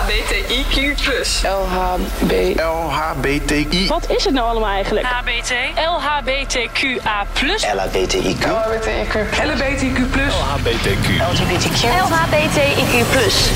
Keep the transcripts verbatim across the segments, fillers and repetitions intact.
B T I Q plus. L H B... L H B T I. Wat is het nou allemaal eigenlijk? H B T. L H B T Q A plus. L H B T I Q. L H B T I Q. L H B T Q plus. L H B T Q. L G B T Q. L H B T I Q plus.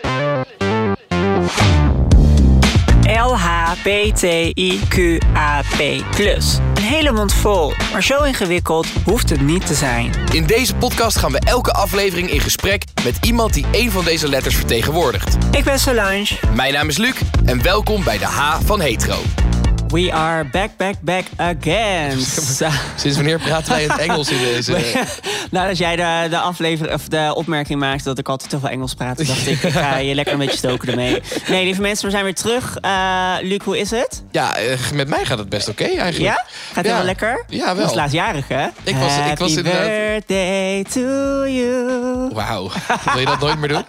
L H B T I Q A P plus. Een hele mond vol, maar zo ingewikkeld hoeft het niet te zijn. In deze podcast gaan we elke aflevering in gesprek met iemand die een van deze letters vertegenwoordigt. Ik ben Solange. Mijn naam is Luc en welkom bij de H van hetero. We are back, back, back again. Sinds wanneer praten wij in het Engels in deze... Nou, als jij de, de, aflevering, of de opmerking maakt dat ik altijd te veel Engels praat, dacht ik, ik ga je lekker een beetje stoken ermee. Nee, lieve mensen, we zijn weer terug. Uh, Luc, hoe is het? Ja, uh, met mij gaat het best oké okay, eigenlijk. Ja? Gaat het ja. wel lekker? Ja, wel. Je was laatstjarig, hè? Ik was, Happy ik was inderdaad... birthday to you. Wauw. Wil je dat nooit meer doen?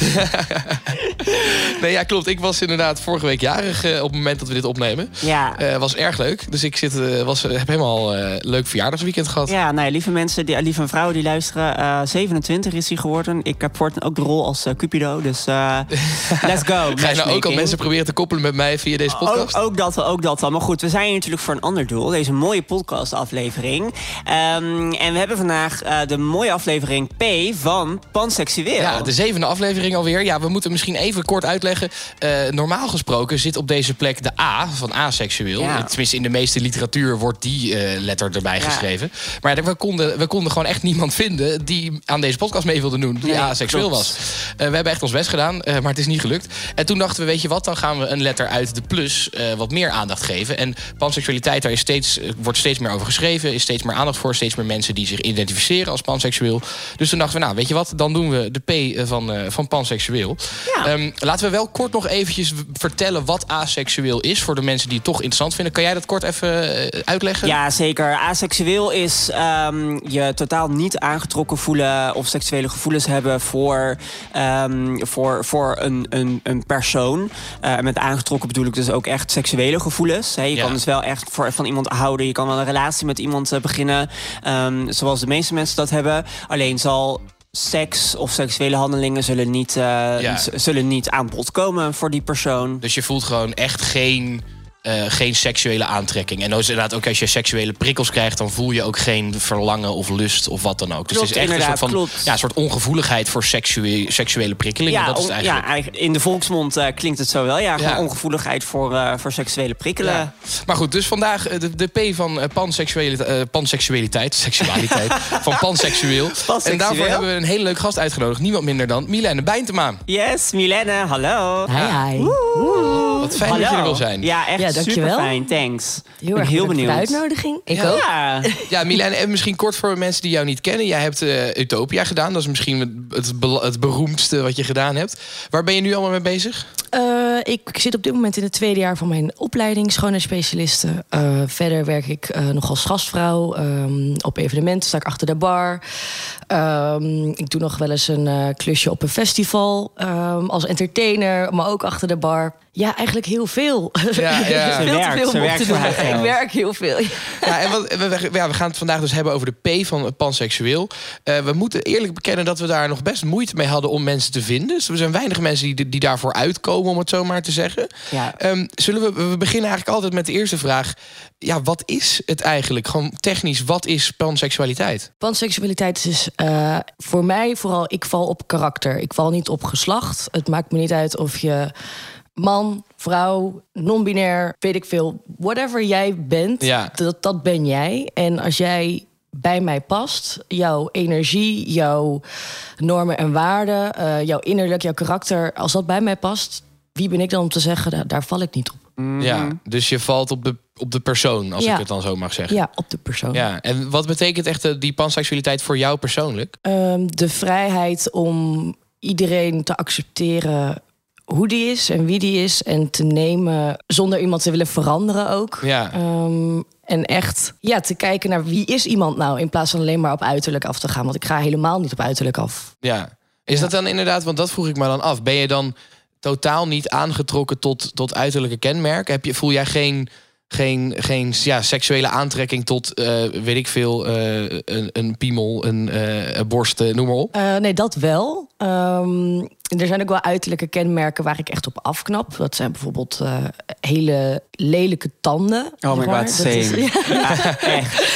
Nee, ja, klopt. Ik was inderdaad vorige week jarig uh, op het moment dat we dit opnemen. Ja. Uh, was erg leuk. Dus ik zit, uh, was, heb helemaal uh, leuk verjaardagsweekend gehad. Ja, nou ja, lieve mensen, die, lieve vrouwen die luisteren. Uh, zevenentwintig is hij geworden. Ik heb voortaan ook de rol als uh, Cupido. Dus uh, let's go. Ga je nou ook al mensen proberen te koppelen met mij via deze podcast? Ook, ook dat wel, ook dat wel. Maar goed, we zijn hier natuurlijk voor een ander doel. Deze mooie podcastaflevering. Um, en we hebben vandaag uh, de mooie aflevering P van Panseksueel. Ja, de zevende aflevering alweer. Ja, we moeten misschien even kort uitleggen. Uh, normaal gesproken zit op deze plek de A van aseksueel. Ja. Tenminste, in de meeste literatuur wordt die uh, letter erbij ja. geschreven. Maar we konden, we konden gewoon echt niemand vinden die aan deze podcast mee wilde doen. Die nee, aseksueel was. Uh, we hebben echt ons best gedaan, uh, maar het is niet gelukt. En toen dachten we, weet je wat, dan gaan we een letter uit de plus uh, wat meer aandacht geven. En panseksualiteit, daar is steeds, uh, wordt steeds meer over geschreven. Is steeds meer aandacht voor. Steeds meer mensen die zich identificeren als panseksueel. Dus toen dachten we, nou, weet je wat, dan doen we de P van, uh, van panseksueel. Ja. Um, laten we wel kort nog eventjes vertellen wat aseksueel is voor de mensen die het toch interessant vinden. Kan jij dat kort even uh, uitleggen? Ja, zeker. Aseksueel is um, je totaal niet aangetrokken voelen of seksuele gevoelens hebben voor, um, voor, voor een, een, een persoon. Uh, met aangetrokken bedoel ik dus ook echt seksuele gevoelens. He, je ja. kan dus wel echt voor, van iemand houden. Je kan wel een relatie met iemand uh, beginnen. Um, zoals de meeste mensen dat hebben. Alleen zal seks of seksuele handelingen zullen niet, uh, ja. z- zullen niet aan bod komen voor die persoon. Dus je voelt gewoon echt geen... Uh, geen seksuele aantrekking. En dus inderdaad ook als je seksuele prikkels krijgt, dan voel je ook geen verlangen of lust of wat dan ook. Dus klopt, het is echt een soort van klopt. ja, een soort ongevoeligheid voor seksuele, seksuele prikkelingen. Ja, dat is het eigenlijk. Ja, eigenlijk in de volksmond uh, klinkt het zo wel. Ja, gewoon ja. ongevoeligheid voor, uh, voor seksuele prikkelen. Ja. Maar goed, dus vandaag de, de P van uh, panseksualiteit, uh, panseksualiteit, seksualiteit, van panseksueel. En daarvoor hebben we een hele leuke gast uitgenodigd. Niemand minder dan Milène Bijntema. Yes, Milène, hallo. Hi, hi. Woehoe. Wat fijn hallo. dat je er wil zijn. Ja, echt ja, super fijn, thanks. Heel erg heel benieuwd. voor de uitnodiging. Ik ja. ook. Ja, ja Milène, en misschien kort voor mensen die jou niet kennen. Jij hebt uh, Utopia gedaan. Dat is misschien het, be- het beroemdste wat je gedaan hebt. Waar ben je nu allemaal mee bezig? Uh, ik zit op dit moment in het tweede jaar van mijn opleiding schoonheidsspecialiste. Uh, verder werk ik uh, nog als gastvrouw. Um, op evenementen sta ik achter de bar. Um, ik doe nog wel eens een uh, klusje op een festival. Um, als entertainer, maar ook achter de bar. Ja, eigenlijk heel veel. Ja, ja. veel werkt, te veel om op te doen. Ik werk heel veel. Ja, en wat, we, we, ja, we gaan het vandaag dus hebben over de P van panseksueel. Uh, we moeten eerlijk bekennen dat we daar nog best moeite mee hadden om mensen te vinden. Dus er zijn weinig mensen die, die daarvoor uitkomen, om het zo maar te zeggen. Ja. Um, zullen we, we beginnen eigenlijk altijd met de eerste vraag. Ja, wat is het eigenlijk? Gewoon technisch, wat is panseksualiteit? Panseksualiteit is uh, voor mij vooral, ik val op karakter. Ik val niet op geslacht. Het maakt me niet uit of je man, vrouw, non-binair, weet ik veel. Whatever jij bent, ja. dat, dat ben jij. En als jij bij mij past, jouw energie, jouw normen en waarden, uh, jouw innerlijk, jouw karakter, als dat bij mij past, wie ben ik dan om te zeggen, daar, daar val ik niet op. Mm-hmm. Ja, dus je valt op de, op de persoon, als ja. ik het dan zo mag zeggen. Ja, op de persoon. Ja, en wat betekent echt uh, die panseksualiteit voor jou persoonlijk? Um, de vrijheid om iedereen te accepteren hoe die is en wie die is, en te nemen zonder iemand te willen veranderen ook. Ja. Um, en echt ja, te kijken naar wie is iemand nou, in plaats van alleen maar op uiterlijk af te gaan. Want ik ga helemaal niet op uiterlijk af. Ja. Is dat dan inderdaad, want dat vroeg ik me dan af. Ben je dan totaal niet aangetrokken tot, tot uiterlijke kenmerken? Heb je, voel jij geen, geen, geen ja, seksuele aantrekking tot, uh, weet ik veel, uh, een, een piemel, een, uh, een borst, uh, noem maar op? Uh, nee, dat wel. Um, er zijn ook wel uiterlijke kenmerken waar ik echt op afknap. Dat zijn bijvoorbeeld uh, hele lelijke tanden. Oh my god, same. Is, ja. Ja, echt.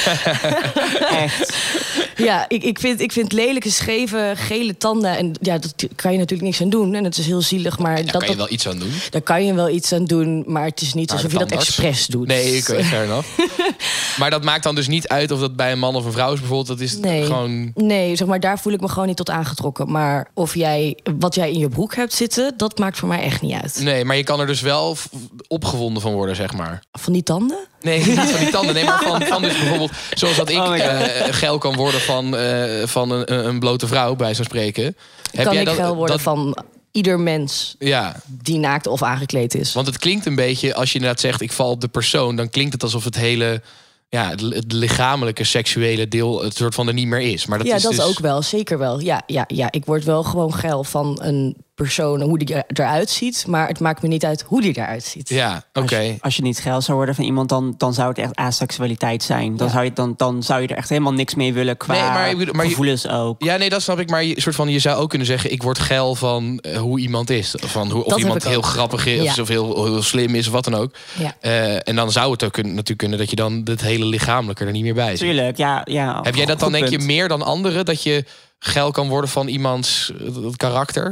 Echt. Ja, ik, ik, vind, ik vind lelijke, scheve, gele tanden... en ja, dat kan je natuurlijk niks aan doen. En het is heel zielig, maar... Daar dat, kan je dat, wel iets aan doen. Daar kan je wel iets aan doen, maar het is niet maar alsof je dat expres doet. Nee, ik weet fair enough. Maar dat maakt dan dus niet uit of dat bij een man of een vrouw is bijvoorbeeld. Dat is nee. gewoon... Nee, zeg maar, daar voel ik me gewoon niet tot aangetrokken. Maar of jij, wat jij in je broek hebt zitten, dat maakt voor mij echt niet uit. Nee, maar je kan er dus wel opgewonden van worden, zeg maar. Van die tanden? Nee, niet van die tanden. Nee, maar van, van dus bijvoorbeeld... Zoals dat ik oh uh, geil kan worden van, uh, van een, een blote vrouw, bij zo'n spreken. Heb kan jij ik dat, geil worden dat... van ieder mens ja. die naakt of aangekleed is? Want het klinkt een beetje, als je inderdaad zegt... ik val op de persoon, dan klinkt het alsof het hele... ja, het, het lichamelijke, seksuele deel... het soort van er niet meer is. Maar dat ja, is dat dus... ook wel. Zeker wel. Ja, ja, ja, ik word wel gewoon geil van een persoon... hoe die eruit ziet. Maar het maakt me niet uit hoe die eruit ziet. Ja, oké. Okay. Als, als je niet geil zou worden van iemand... dan, dan zou het echt aseksualiteit zijn. Dan, ja. zou je, dan, dan zou je er echt helemaal niks mee willen qua nee, maar, maar gevoelens je, ook. Ja, nee, dat snap ik. Maar je, soort van, je zou ook kunnen zeggen... ik word geil van uh, hoe iemand is. Van hoe, of dat iemand heel ook. grappig is ja. of heel, heel slim is of wat dan ook. Ja. Uh, en dan zou het ook kunnen, natuurlijk kunnen... dat je dan het hele lichamelijke er niet meer bij zit. Tuurlijk, ja. ja Heb jij dat dan, denk punt. je, meer dan anderen? Dat je geil kan worden van iemands karakter?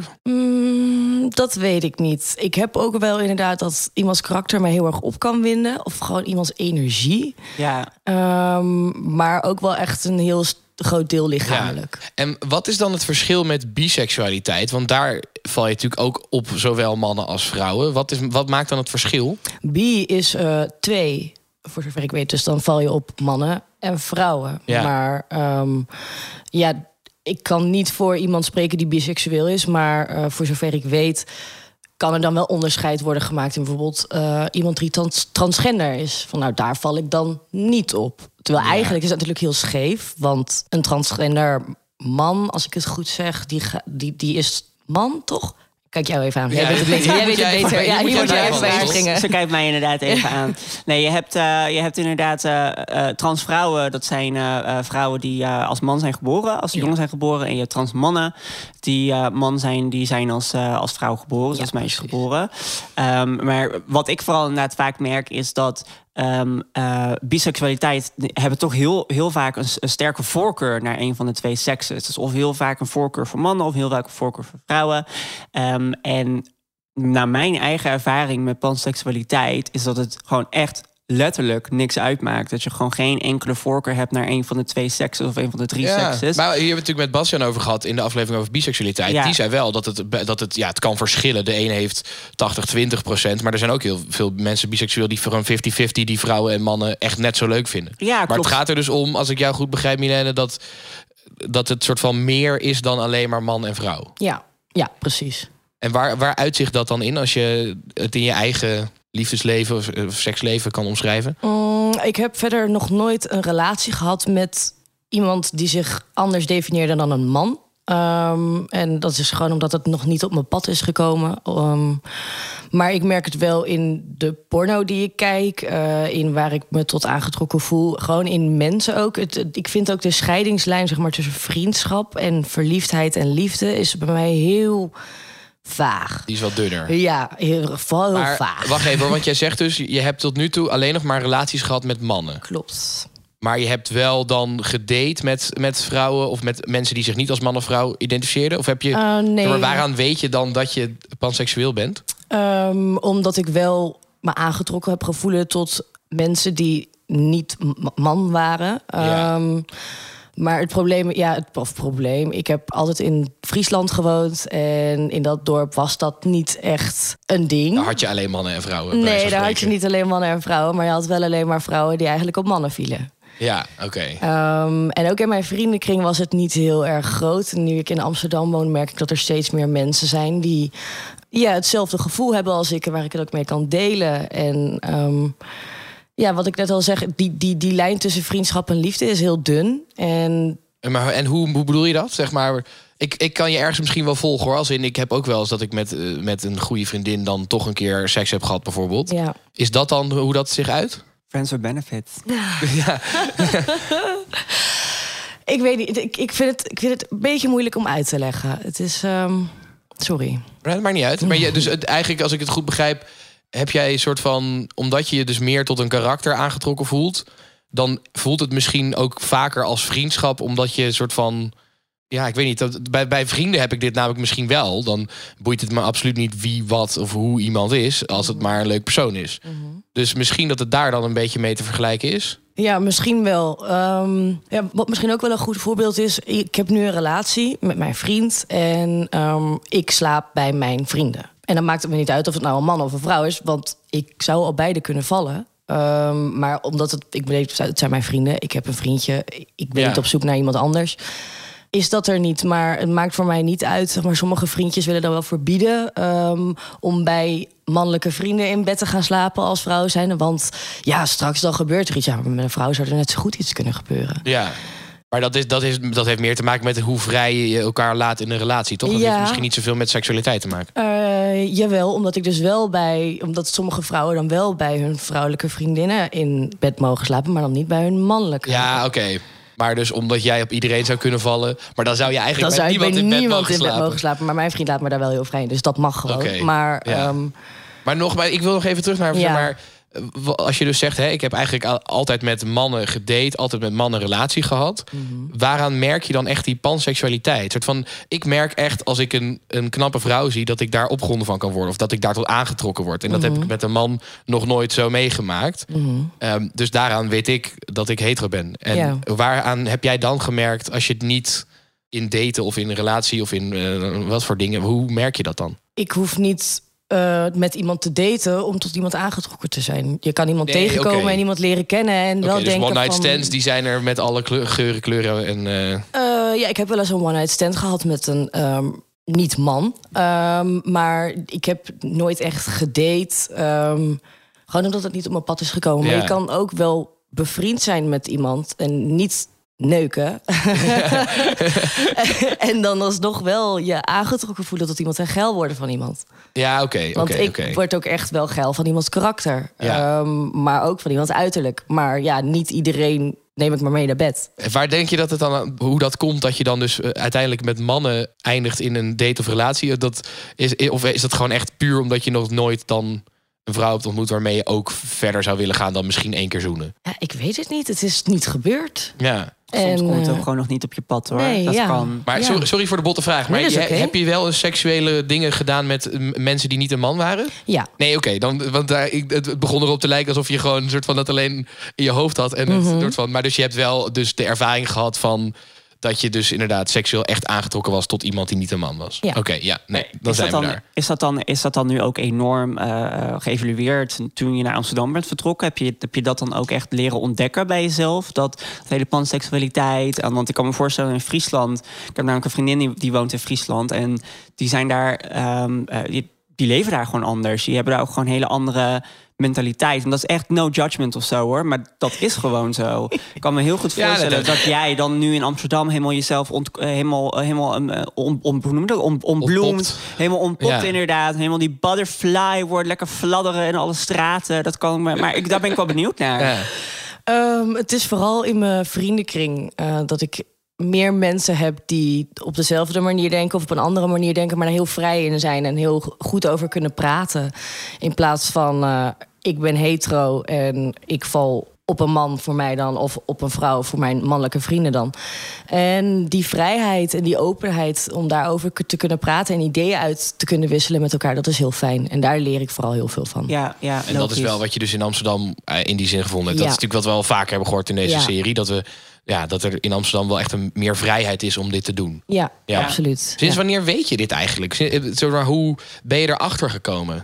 Mm, dat weet ik niet. Ik heb ook wel inderdaad dat iemands karakter mij heel erg op kan winden. Of gewoon iemands energie. Ja. Um, maar ook wel echt een heel groot deel lichamelijk. Ja. En wat is dan het verschil met biseksualiteit? Want daar val je natuurlijk ook op zowel mannen als vrouwen. Wat, is, wat maakt dan het verschil? Bi is uh, twee, voor zover ik weet. Dus dan val je op mannen en vrouwen. Ja. Maar um, ja... ik kan niet voor iemand spreken die biseksueel is... maar uh, voor zover ik weet kan er dan wel onderscheid worden gemaakt... in bijvoorbeeld uh, iemand die trans- transgender is. Van nou, daar val ik dan niet op. Terwijl ja. eigenlijk is het natuurlijk heel scheef... want een transgender man, als ik het goed zeg... die, ga, die, die is man, toch? Kijk jou even aan. Jij ja, weet het beter. Jij weet het beter. Ja, hier moet jij even bij springen. Ze kijkt mij inderdaad even aan. Nee, je hebt, uh, je hebt inderdaad uh, uh, transvrouwen. Dat zijn uh, vrouwen die uh, als man zijn geboren, als ja. jongen zijn geboren. En je hebt transmannen die uh, man zijn, die zijn als, uh, als vrouw geboren, ja, als meisje precies. geboren. Um, maar wat ik vooral inderdaad vaak merk is dat Um, uh, biseksualiteit hebben toch heel, heel vaak een, een sterke voorkeur naar een van de twee seksen. Dus of heel vaak een voorkeur voor mannen of heel vaak een voorkeur voor vrouwen. Um, en naar mijn eigen ervaring met panseksualiteit is dat het gewoon echt letterlijk niks uitmaakt. Dat je gewoon geen enkele voorkeur hebt naar een van de twee seksen of een van de drie ja, sekses. Maar hier hebben we het natuurlijk met Bastiaan over gehad in de aflevering over biseksualiteit. Ja. Die zei wel dat het, dat het, ja, het kan verschillen. De een heeft tachtig, twintig procent. Maar er zijn ook heel veel mensen biseksueel die voor een vijftig vijftig die vrouwen en mannen echt net zo leuk vinden. Ja, maar klopt. Het gaat er dus om, als ik jou goed begrijp, Milène, dat, dat het soort van meer is dan alleen maar man en vrouw. Ja, ja, precies. En waar, waar uitzicht dat dan in als je het in je eigen liefdesleven of, of seksleven kan omschrijven? Mm, ik heb verder nog nooit een relatie gehad met iemand die zich anders definieerde dan een man. Um, en dat is gewoon omdat het nog niet op mijn pad is gekomen. Um, maar ik merk het wel in de porno die ik kijk, uh, in waar ik me tot aangetrokken voel. Gewoon in mensen ook. Het, het, ik vind ook de scheidingslijn, zeg maar, tussen vriendschap en verliefdheid en liefde is bij mij heel vaag. Die is wel dunner. Ja, heel, vooral heel maar, vaag. Wacht even, want jij zegt dus, je hebt tot nu toe alleen nog maar relaties gehad met mannen. Klopt. Maar je hebt wel dan gedate met, met vrouwen of met mensen die zich niet als man of vrouw identificeerden? Of heb je, uh, nee. Maar waaraan weet je dan dat je panseksueel bent? Um, omdat ik wel me aangetrokken heb gevoelen tot mensen die niet m- man waren. Ja. Um, maar het probleem, ja, het of probleem. Ik heb altijd in Friesland gewoond en in dat dorp was dat niet echt een ding. Daar had je alleen mannen en vrouwen. Nee, daar had je niet alleen mannen en vrouwen, maar je had wel alleen maar vrouwen die eigenlijk op mannen vielen. Ja, oké. Okay. Um, en ook in mijn vriendenkring was het niet heel erg groot. En nu ik in Amsterdam woon, merk ik dat er steeds meer mensen zijn die ja, hetzelfde gevoel hebben als ik en waar ik het ook mee kan delen. En um, ja, wat ik net al zeg, die, die, die lijn tussen vriendschap en liefde is heel dun. En, en, maar, en hoe, hoe bedoel je dat? Zeg maar, ik, ik kan je ergens misschien wel volgen hoor. Als in, ik heb ook wel eens dat ik met, uh, met een goede vriendin dan toch een keer seks heb gehad bijvoorbeeld. Ja. Is dat dan hoe dat zich uit? Friends with benefits. Ja. Ik weet niet, ik, ik, vind het, ik vind het een beetje moeilijk om uit te leggen. Het is... Um... Sorry. Maar dat maakt niet uit. Maar je, dus het, eigenlijk, als ik het goed begrijp, heb jij een soort van, omdat je je dus meer tot een karakter aangetrokken voelt, dan voelt het misschien ook vaker als vriendschap, omdat je een soort van, ja, ik weet niet, dat, bij, bij vrienden heb ik dit namelijk misschien wel. Dan boeit het me absoluut niet wie, wat of hoe iemand is, als het maar een leuk persoon is. Mm-hmm. Dus misschien dat het daar dan een beetje mee te vergelijken is. Ja, misschien wel. Um, ja, wat misschien ook wel een goed voorbeeld is, ik heb nu een relatie met mijn vriend en um, ik slaap bij mijn vrienden. En dan maakt het me niet uit of het nou een man of een vrouw is, want ik zou al beide kunnen vallen. Um, maar omdat het, ik ben, het zijn mijn vrienden, ik heb een vriendje, ik ben ja. niet op zoek naar iemand anders, is dat er niet. Maar het maakt voor mij niet uit. Zeg maar, sommige vriendjes willen dan wel verbieden um, om bij mannelijke vrienden in bed te gaan slapen als vrouw zijn. Want ja, straks dan gebeurt er iets. Ja, maar met een vrouw zou er net zo goed iets kunnen gebeuren. Ja. Maar dat, is, dat, is, dat heeft meer te maken met hoe vrij je elkaar laat in een relatie, toch? Dat ja. heeft misschien niet zoveel met seksualiteit te maken. Uh, jawel, omdat ik dus wel bij, omdat sommige vrouwen dan wel bij hun vrouwelijke vriendinnen in bed mogen slapen, maar dan niet bij hun mannelijke. Ja, oké. Okay. Maar dus omdat jij op iedereen zou kunnen vallen, maar dan zou je eigenlijk dan met niemand, in bed, niemand mogen, in bed slapen. mogen slapen. Maar mijn vriend laat me daar wel heel vrij in, dus dat mag gewoon. Okay. Maar, ja. um, maar nog, maar ik wil nog even terug naar, ja. maar als je dus zegt, hè, ik heb eigenlijk altijd met mannen gedate, altijd met mannen relatie gehad. Mm-hmm. Waaraan merk je dan echt die panseksualiteit? Soort van, ik merk echt als ik een, een knappe vrouw zie, dat ik daar opgewonden van kan worden. Of dat ik daar tot aangetrokken word. En dat mm-hmm. heb ik met een man nog nooit zo meegemaakt. Mm-hmm. Um, dus daaraan weet ik dat ik hetero ben. En ja. waaraan heb jij dan gemerkt als je het niet in daten of in een relatie of in uh, wat voor dingen, hoe merk je dat dan? Ik hoef niet Uh, met iemand te daten om tot iemand aangetrokken te zijn. Je kan iemand nee, tegenkomen okay. en iemand leren kennen en okay, wel dus denken one night van, stands, die zijn er met alle kleur, geuren, kleuren en. Uh... Uh, ja, ik heb wel eens een one night stand gehad met een um, niet man, um, maar ik heb nooit echt gedate. Um, gewoon omdat het niet op mijn pad is gekomen. Ja. Maar je kan ook wel bevriend zijn met iemand en niet neuken. Ja. En dan alsnog wel je aangetrokken voelen tot iemand en geil worden van iemand. Ja, oké. Okay, Want okay, ik okay. word ook echt wel geil van iemands karakter. Ja. Um, maar ook van iemands uiterlijk. Maar ja, niet iedereen neem ik maar mee naar bed. En waar denk je dat het dan, hoe dat komt dat je dan dus uh, uiteindelijk met mannen eindigt in een date of relatie? Dat is, of is dat gewoon echt puur omdat je nog nooit dan een vrouw hebt ontmoet waarmee je ook verder zou willen gaan dan misschien één keer zoenen? Ja, ik weet het niet. Het is niet gebeurd. Ja. Soms en, komt het ook uh, gewoon nog niet op je pad, hoor. Nee, dat ja. kan. Maar sorry, sorry voor de botte vraag. Maar nee, je, okay. heb je wel eens seksuele dingen gedaan met m- mensen die niet een man waren? Ja. Nee, oké. Okay, dan want daar, ik, het begon erop te lijken alsof je gewoon een soort van dat alleen in je hoofd had. En mm-hmm. het soort van, maar dus je hebt wel dus de ervaring gehad van dat je dus inderdaad seksueel echt aangetrokken was tot iemand die niet een man was. Ja. Oké, okay, ja, nee, dan is zijn dat we dan, daar. Is dat, dan, is dat dan nu ook enorm uh, geëvalueerd toen je naar Amsterdam bent vertrokken? Heb je, heb je dat dan ook echt leren ontdekken bij jezelf? Dat, dat hele panseksualiteit. En, want ik kan me voorstellen in Friesland, ik heb namelijk een vriendin die, die woont in Friesland en die zijn daar, um, uh, die, die leven daar gewoon anders. Die hebben daar ook gewoon hele andere mentaliteit. En dat is echt no judgment of zo, hoor. Maar dat is gewoon zo. Ik kan me heel goed voorstellen ja, dat, dat jij dan nu in Amsterdam helemaal jezelf ont, uh, helemaal, uh, helemaal uh, on, on, on, ontbloemt. Helemaal ontpopt, ja. inderdaad. Helemaal die butterfly wordt lekker fladderen in alle straten. Dat kan me, maar ik, daar ben ik wel benieuwd naar. Ja. Um, het is vooral in mijn vriendenkring uh, dat ik meer mensen heb die op dezelfde manier denken of op een andere manier denken, maar er heel vrij in zijn en heel goed over kunnen praten. In plaats van uh, ik ben hetero en ik val op een man voor mij dan of op een vrouw voor mijn mannelijke vrienden dan. En die vrijheid en die openheid om daarover te kunnen praten en ideeën uit te kunnen wisselen met elkaar, dat is heel fijn. En daar leer ik vooral heel veel van. Ja, ja, en dat is wel wat je dus in Amsterdam uh, in die zin gevonden hebt. Ja. Dat is natuurlijk wat we al vaker hebben gehoord in deze ja. serie. Dat we Ja, dat er in Amsterdam wel echt een meer vrijheid is om dit te doen. Ja, ja. absoluut. Sinds ja. wanneer weet je dit eigenlijk? Hoe ben je erachter gekomen?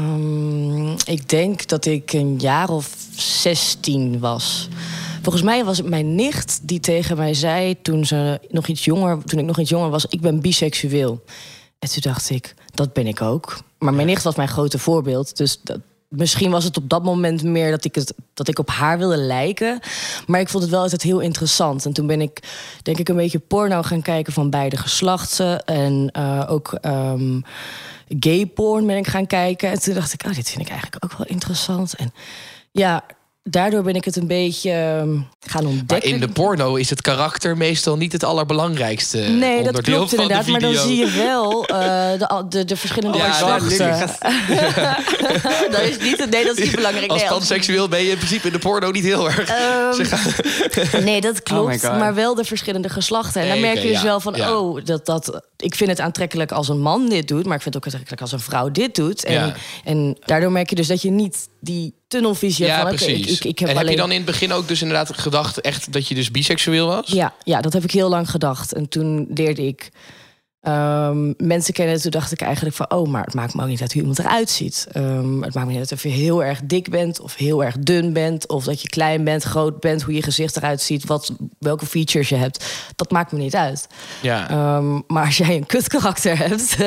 Um, ik denk dat ik een jaar of zestien was. Volgens mij was het mijn nicht die tegen mij zei toen, ze nog iets jonger, toen ik nog iets jonger was, ik ben biseksueel. En toen dacht ik, dat ben ik ook. Maar mijn nicht was mijn grote voorbeeld, dus dat, misschien was het op dat moment meer dat ik, het, dat ik op haar wilde lijken. Maar ik vond het wel altijd heel interessant. En toen ben ik, denk ik, een beetje porno gaan kijken van beide geslachten. En uh, ook um, gay porn ben ik gaan kijken. En toen dacht ik, oh, dit vind ik eigenlijk ook wel interessant. En ja, daardoor ben ik het een beetje uh, gaan ontdekken. Maar in de porno is het karakter meestal niet het allerbelangrijkste nee, onderdeel dat klopt van inderdaad, de maar video. dan zie je wel uh, de, de, de verschillende Ja, geslachten. dat is niet, nee, dat is niet belangrijk. Als nee, panseksueel ben je in principe in de porno niet heel erg. Um, nee, dat klopt, oh maar wel de verschillende geslachten. En Nee, dan merk okay, je dus ja, wel van, ja. oh, dat, dat, ik vind het aantrekkelijk als een man dit doet, maar ik vind het ook aantrekkelijk als een vrouw dit doet. En, Ja. en daardoor merk je dus dat je niet die tunnelvisie Ja, hebt van, oké, precies. ik, ik, ik heb en heb alleen... je dan in het begin ook dus inderdaad gedacht echt dat je dus biseksueel was? Ja, ja, dat heb ik heel lang gedacht. En toen leerde ik um, mensen kennen. Toen dacht ik eigenlijk van, oh, maar het maakt me ook niet uit hoe iemand eruit ziet. Um, het maakt me niet uit of je heel erg dik bent of heel erg dun bent, of dat je klein bent, groot bent, hoe je gezicht eruit ziet, wat, welke features je hebt. Dat maakt me niet uit. Ja. Um, maar als jij een kutkarakter hebt...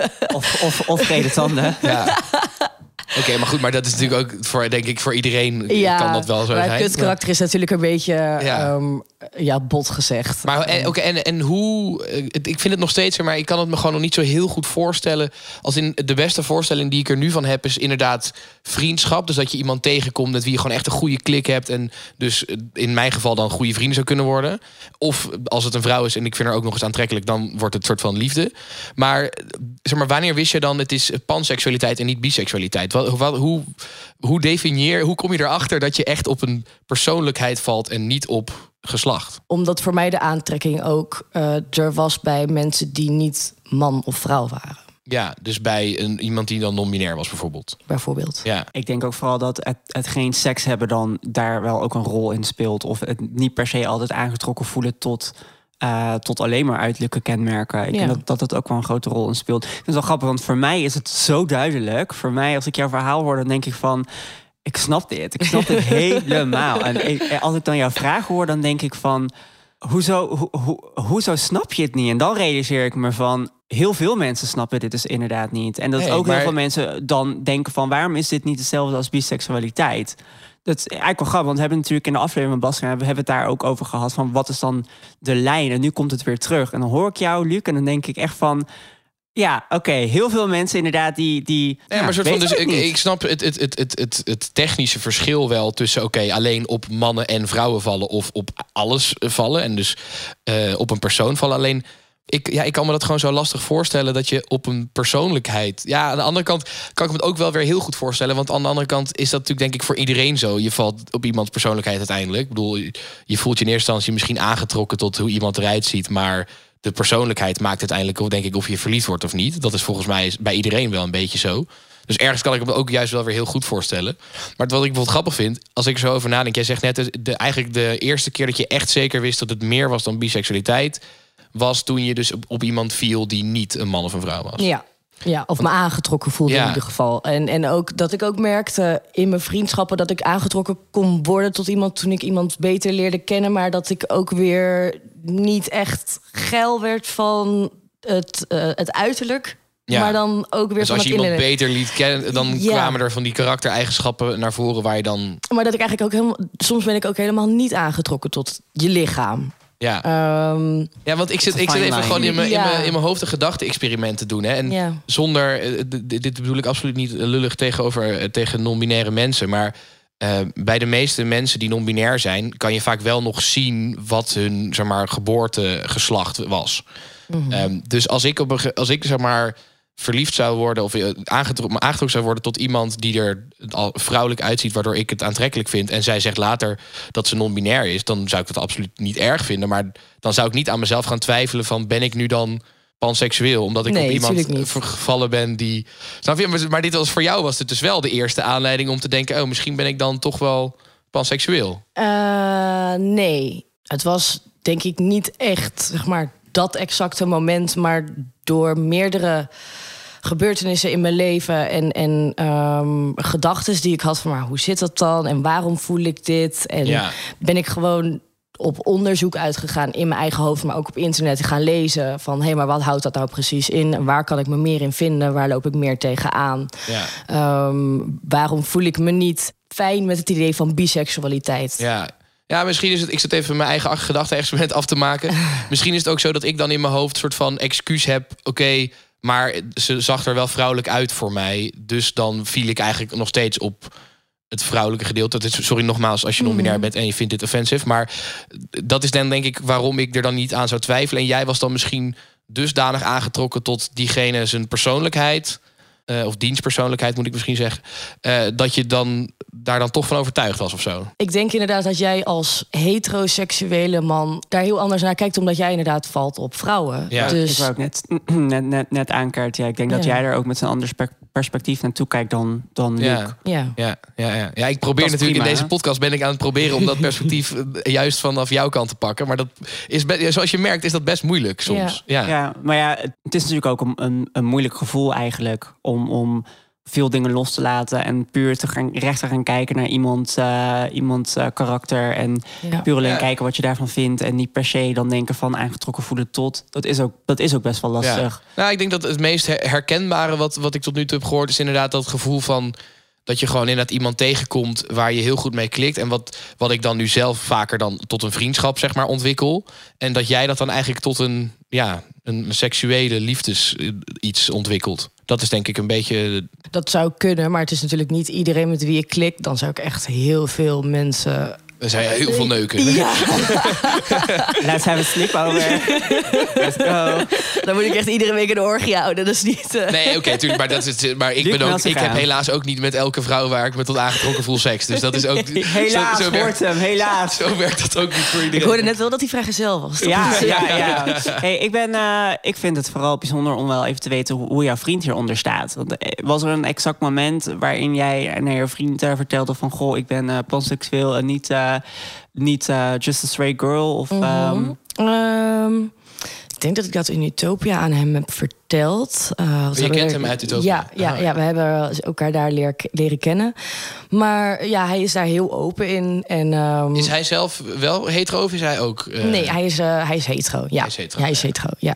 Of, of, of gele tanden. Ja. Oké, okay, maar goed, maar dat is natuurlijk ook voor, denk ik, voor iedereen ja, kan dat wel zo maar zijn. Het kutkarakter is natuurlijk een beetje Ja. um, ja, bot gezegd. Maar en, okay, en, en hoe... Ik vind het nog steeds, maar ik kan het me gewoon nog niet zo heel goed voorstellen. Als in de beste voorstelling die ik er nu van heb, is inderdaad vriendschap. Dus dat je iemand tegenkomt met wie je gewoon echt een goede klik hebt. En dus in mijn geval dan goede vrienden zou kunnen worden. Of als het een vrouw is en ik vind haar ook nog eens aantrekkelijk, dan wordt het een soort van liefde. Maar, zeg maar wanneer wist je dan het is panseksualiteit en niet biseksualiteit? Wat, wat, hoe, hoe definieer, hoe kom je erachter dat je echt op een persoonlijkheid valt en niet op geslacht? Omdat voor mij de aantrekking ook uh, er was bij mensen die niet man of vrouw waren. Ja, dus bij een, iemand die dan non-binair was bijvoorbeeld. Bijvoorbeeld. Ja. Ik denk ook vooral dat het, het geen seks hebben dan daar wel ook een rol in speelt. Of het niet per se altijd aangetrokken voelen tot... Uh, tot alleen maar uiterlijke kenmerken. Ik ja. denk dat, dat het ook wel een grote rol in speelt. Het is wel grappig, want voor mij is het zo duidelijk. Voor mij, als ik jouw verhaal hoor, dan denk ik van... Ik snap dit. Ik snap dit helemaal. En ik, als ik dan jouw vraag hoor, dan denk ik van... Hoezo, ho, ho, hoezo snap je het niet? En dan realiseer ik me van... Heel veel mensen snappen dit dus inderdaad niet. En dat nee, ook maar... heel veel mensen dan denken van... Waarom is dit niet hetzelfde als biseksualiteit? Dat is eigenlijk wel grappig, want we hebben natuurlijk in de aflevering met Bas... we hebben het daar ook over gehad van wat is dan de lijn? En nu komt het weer terug. En dan hoor ik jou, Luc, en dan denk ik echt van... Ja, oké, okay, heel veel mensen inderdaad die... die ja, ja, maar soort van, dus ik, niet. ik snap het, het, het, het, het, het technische verschil wel tussen... oké, okay, alleen op mannen en vrouwen vallen of op alles vallen... en dus uh, op een persoon vallen. Alleen, ik, ja, ik kan me dat gewoon zo lastig voorstellen... dat je op een persoonlijkheid... Ja, aan de andere kant kan ik me het ook wel weer heel goed voorstellen... want aan de andere kant is dat natuurlijk denk ik voor iedereen zo. Je valt op iemands persoonlijkheid uiteindelijk. Ik bedoel, je voelt je in eerste instantie misschien aangetrokken... tot hoe iemand eruit ziet, maar... de persoonlijkheid maakt uiteindelijk, denk ik, of je verliefd wordt of niet. Dat is volgens mij bij iedereen wel een beetje zo. Dus ergens kan ik me ook juist wel weer heel goed voorstellen. Maar wat ik bijvoorbeeld grappig vind, als ik er zo over nadenk... jij zegt net, de, eigenlijk de eerste keer dat je echt zeker wist... dat het meer was dan biseksualiteit... was toen je dus op, op iemand viel die niet een man of een vrouw was. Ja. Ja, of me aangetrokken voelde ja. in ieder geval. En, en ook dat ik ook merkte in mijn vriendschappen... dat ik aangetrokken kon worden tot iemand toen ik iemand beter leerde kennen... maar dat ik ook weer niet echt geil werd van het, uh, het uiterlijk... Ja. Maar dan ook weer dus van als het je iemand innerlijk. beter liet kennen... dan ja. kwamen er van die karaktereigenschappen naar voren... waar je dan... Maar dat ik eigenlijk ook helemaal... soms ben ik ook helemaal niet aangetrokken tot je lichaam. Ja, um, ja want ik zit, ik zit even gewoon in mijn, ja. in mijn, in mijn hoofd een gedachte-experiment te doen. Hè? En ja. zonder, dit bedoel ik absoluut niet lullig tegenover tegen non-binaire mensen... maar uh, bij de meeste mensen die non-binair zijn... kan je vaak wel nog zien wat hun zeg maar, geboortegeslacht was. Mm-hmm. Um, dus als ik, op een, als ik zeg maar... verliefd zou worden of aangetrokken, aangetrokken zou worden tot iemand die er al vrouwelijk uitziet, waardoor ik het aantrekkelijk vind, en zij zegt later dat ze non-binair is, dan zou ik dat absoluut niet erg vinden. Maar dan zou ik niet aan mezelf gaan twijfelen van ben ik nu dan panseksueel, omdat ik nee, op iemand niet. gevallen ben die... Snap je? Maar dit was voor jou was het dus wel de eerste aanleiding om te denken, oh, misschien ben ik dan toch wel panseksueel. Uh, nee, het was denk ik niet echt, zeg maar, dat exacte moment, maar door meerdere gebeurtenissen in mijn leven en, en um, gedachten die ik had van, maar hoe zit dat dan en waarom voel ik dit? En ja. ben ik gewoon op onderzoek uitgegaan in mijn eigen hoofd, maar ook op internet te gaan lezen van, hé, hey, maar wat houdt dat nou precies in? En waar kan ik me meer in vinden? Waar loop ik meer tegenaan? Ja. Um, waarom voel ik me niet fijn met het idee van biseksualiteit? Ja. Ja, misschien is het... Ik zit even mijn eigen gedachte-experiment af te maken. Misschien is het ook zo dat ik dan in mijn hoofd een soort van excuus heb. Oké, okay, maar ze zag er wel vrouwelijk uit voor mij. Dus dan viel ik eigenlijk nog steeds op het vrouwelijke gedeelte. Dat is, sorry nogmaals, als je non-binair bent en je vindt dit offensive. Maar dat is dan denk ik waarom ik er dan niet aan zou twijfelen. En jij was dan misschien dusdanig aangetrokken tot diegene zijn persoonlijkheid... Uh, of dienstpersoonlijkheid moet ik misschien zeggen... Uh, dat je dan daar dan toch van overtuigd was of zo. Ik denk inderdaad dat jij als heteroseksuele man daar heel anders naar kijkt... omdat jij inderdaad valt op vrouwen. Ja. Dus... Ik wou ook net, net, net, net aankaarten. Ja, ik denk ja. dat jij er ook met een ander spe- perspectief naartoe kijkt dan, dan Luc. Ja. Ja. Ja, ja, ja. ja, ik probeer natuurlijk prima, in deze hè? podcast... ben ik aan het proberen om dat perspectief juist vanaf jouw kant te pakken. Maar dat is be- zoals je merkt is dat best moeilijk soms. Ja, Ja, ja maar ja, het is natuurlijk ook een, een, een moeilijk gevoel eigenlijk... om, om veel dingen los te laten en puur te gaan, recht te gaan kijken naar iemand, uh, iemands uh, karakter... en Ja. puur alleen Ja. kijken wat je daarvan vindt... en niet per se dan denken van aangetrokken voelen tot. Dat is ook, dat is ook best wel lastig. Ja. Nou, ik denk dat het meest herkenbare wat, wat ik tot nu toe heb gehoord... is inderdaad dat gevoel van... dat je gewoon inderdaad iemand tegenkomt waar je heel goed mee klikt. En wat, wat ik dan nu zelf vaker dan tot een vriendschap zeg maar ontwikkel. En dat jij dat dan eigenlijk tot een, ja, een seksuele liefdes iets ontwikkelt. Dat is denk ik een beetje... Dat zou kunnen, maar het is natuurlijk niet iedereen met wie ik klik. Dan zou ik echt heel veel mensen... Er zijn heel veel neuken. Ja. Let's have a sleepover. Let's go. Dan moet ik echt iedere week een orgie houden. Dat is niet... Uh... Nee, oké, okay, tuurlijk. Maar, dat is, maar ik, ben ook, ik heb helaas ook niet met elke vrouw waar ik me tot aangetrokken voel seks. Dus dat is ook... Helaas, zo, zo werkt, hoort hem, helaas. Zo werkt dat ook niet voor iedereen. Ik hoorde net wel dat hij vrijgezel was. Ja, ja, ja. Hey, ik, ben, uh, ik vind het vooral bijzonder om wel even te weten hoe, hoe jouw vriend hieronder staat. Want, was er een exact moment waarin jij naar je vriend uh, vertelde van... goh, ik ben uh, panseksueel en niet... Uh, Niet uh, just a straight girl? Of, um... um, um, ik denk dat ik dat in Utopia aan hem heb verteld. Uh, je kent hem uit Utopia? Ja, ja, oh, ja, we hebben elkaar daar leer, leren kennen. Maar ja, hij is daar heel open in. En, um... Is hij zelf wel hetero of is hij ook... Uh... Nee, hij is, uh, hij is hetero. Ja, hij is hetero. Ja, hij is hetero, ja.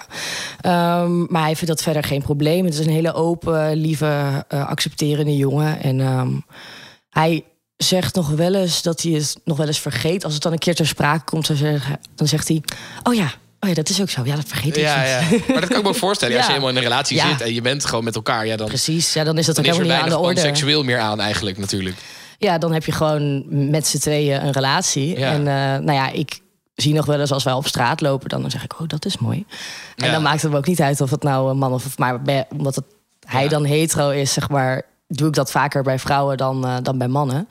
Um, maar hij vindt dat verder geen probleem. Het is een hele open, lieve, uh, accepterende jongen. En um, hij... zegt nog wel eens dat hij het nog wel eens vergeet. Als het dan een keer ter sprake komt, dan zegt hij... oh ja, oh ja, dat is ook zo. Ja, dat vergeet ik ja, niet. Ja. Maar dat kan ik me ook voorstellen. Ja. Als je helemaal in een relatie ja. zit en je bent gewoon met elkaar... Ja, dan, precies, ja, dan is dat dan ook is er helemaal niet aan de orde. seksueel meer aan eigenlijk natuurlijk. Ja, dan heb je gewoon met z'n tweeën een relatie. Ja. En uh, nou ja, ik zie nog wel eens als wij op straat lopen... dan zeg ik, oh, dat is mooi. En ja. dan maakt het me ook niet uit of het nou een man of... maar bij, omdat het, hij ja. dan hetero is, zeg maar... doe ik dat vaker bij vrouwen dan, uh, dan bij mannen.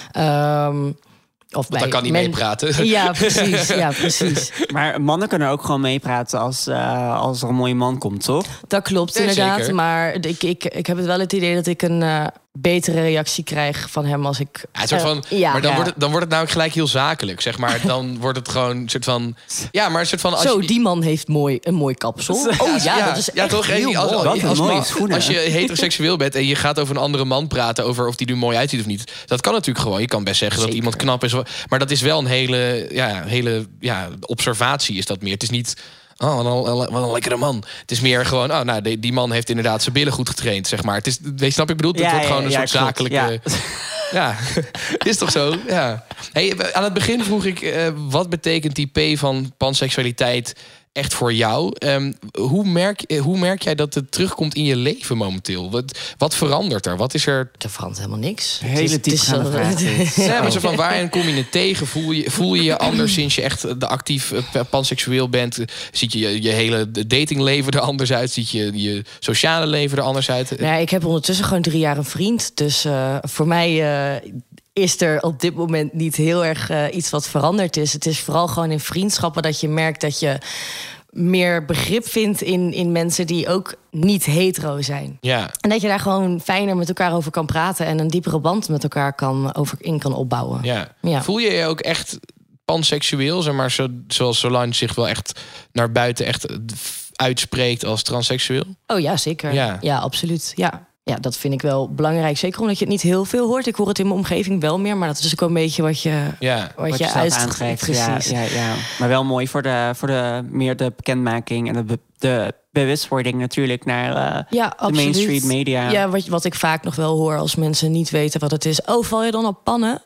Um, of bij dan kan hij men... meepraten. Ja, precies. Ja, precies. Maar mannen kunnen ook gewoon meepraten als, uh, als er een mooie man komt, toch? Dat klopt ja, inderdaad. zeker. Maar ik, ik, ik heb het wel het idee dat ik een uh, betere reactie krijg van hem als ik... Ja, een soort van, uh, ja. Maar dan, Ja. wordt het, dan wordt het namelijk gelijk heel zakelijk, zeg maar. Dan wordt het gewoon een soort van... Ja, maar een soort van... Als Zo, je, die man heeft mooi, een mooi kapsel. Oh ja, dat is ja, echt toch, heel als, mooi. Wat een als, mooie man- schoenen. als je heteroseksueel bent en je gaat over een andere man praten... over of die er mooi uitziet of niet. Dat kan natuurlijk gewoon. Je kan best zeggen Zeker. dat iemand knap is. Maar dat is wel een hele, ja, hele ja, observatie is dat meer. Het is niet... Oh, wat een, wat een lekkere man. Het is meer gewoon, oh, nou, die, die man heeft inderdaad zijn billen goed getraind, zeg maar. Het is, weet je, snap ik bedoel? Het Ja, wordt ja, gewoon een ja, soort klopt. zakelijke... Ja. Ja, het is toch zo? Ja. Hey, aan het begin vroeg ik, uh, wat betekent die P van panseksualiteit echt voor jou? Um, hoe, merk, hoe merk jij dat het terugkomt in je leven momenteel? Wat, wat verandert er? Wat is er... Er verandert helemaal niks. Hele Het is- het is diepgaande zo- vraag dit. Ja, maar zo van waarin kom je het tegen? Voel je, voel je je anders sinds je echt de actief uh, panseksueel bent? Ziet je, je je hele datingleven er anders uit? Ziet je je sociale leven er anders uit? Nou ja, ik heb ondertussen gewoon drie jaar een vriend. Dus uh, voor mij uh, is er op dit moment niet heel erg uh, iets wat veranderd is. Het is vooral gewoon in vriendschappen dat je merkt dat je meer begrip vindt in, in mensen die ook niet hetero zijn. Ja. En dat je daar gewoon fijner met elkaar over kan praten en een diepere band met elkaar kan, over, in kan opbouwen. Ja. Ja. Voel je je ook echt panseksueel, zeg maar, zo, zoals Solange zich wel echt naar buiten echt uitspreekt als transseksueel? Oh ja, zeker. Ja. Ja, absoluut. Ja. Ja, dat vind ik wel belangrijk. Zeker omdat je het niet heel veel hoort. Ik hoor het in mijn omgeving wel meer, maar dat is ook wel een beetje wat je, Ja. wat Wat je, je zelf uitstraalt. aantrekt. Ja, Precies. ja, ja. Maar wel mooi voor, de, voor de, meer de bekendmaking en de be- de bewustwording natuurlijk naar uh, ja, de mainstream media. Ja, wat, wat ik vaak nog wel hoor als mensen niet weten wat het is. Oh, val je dan op pannen?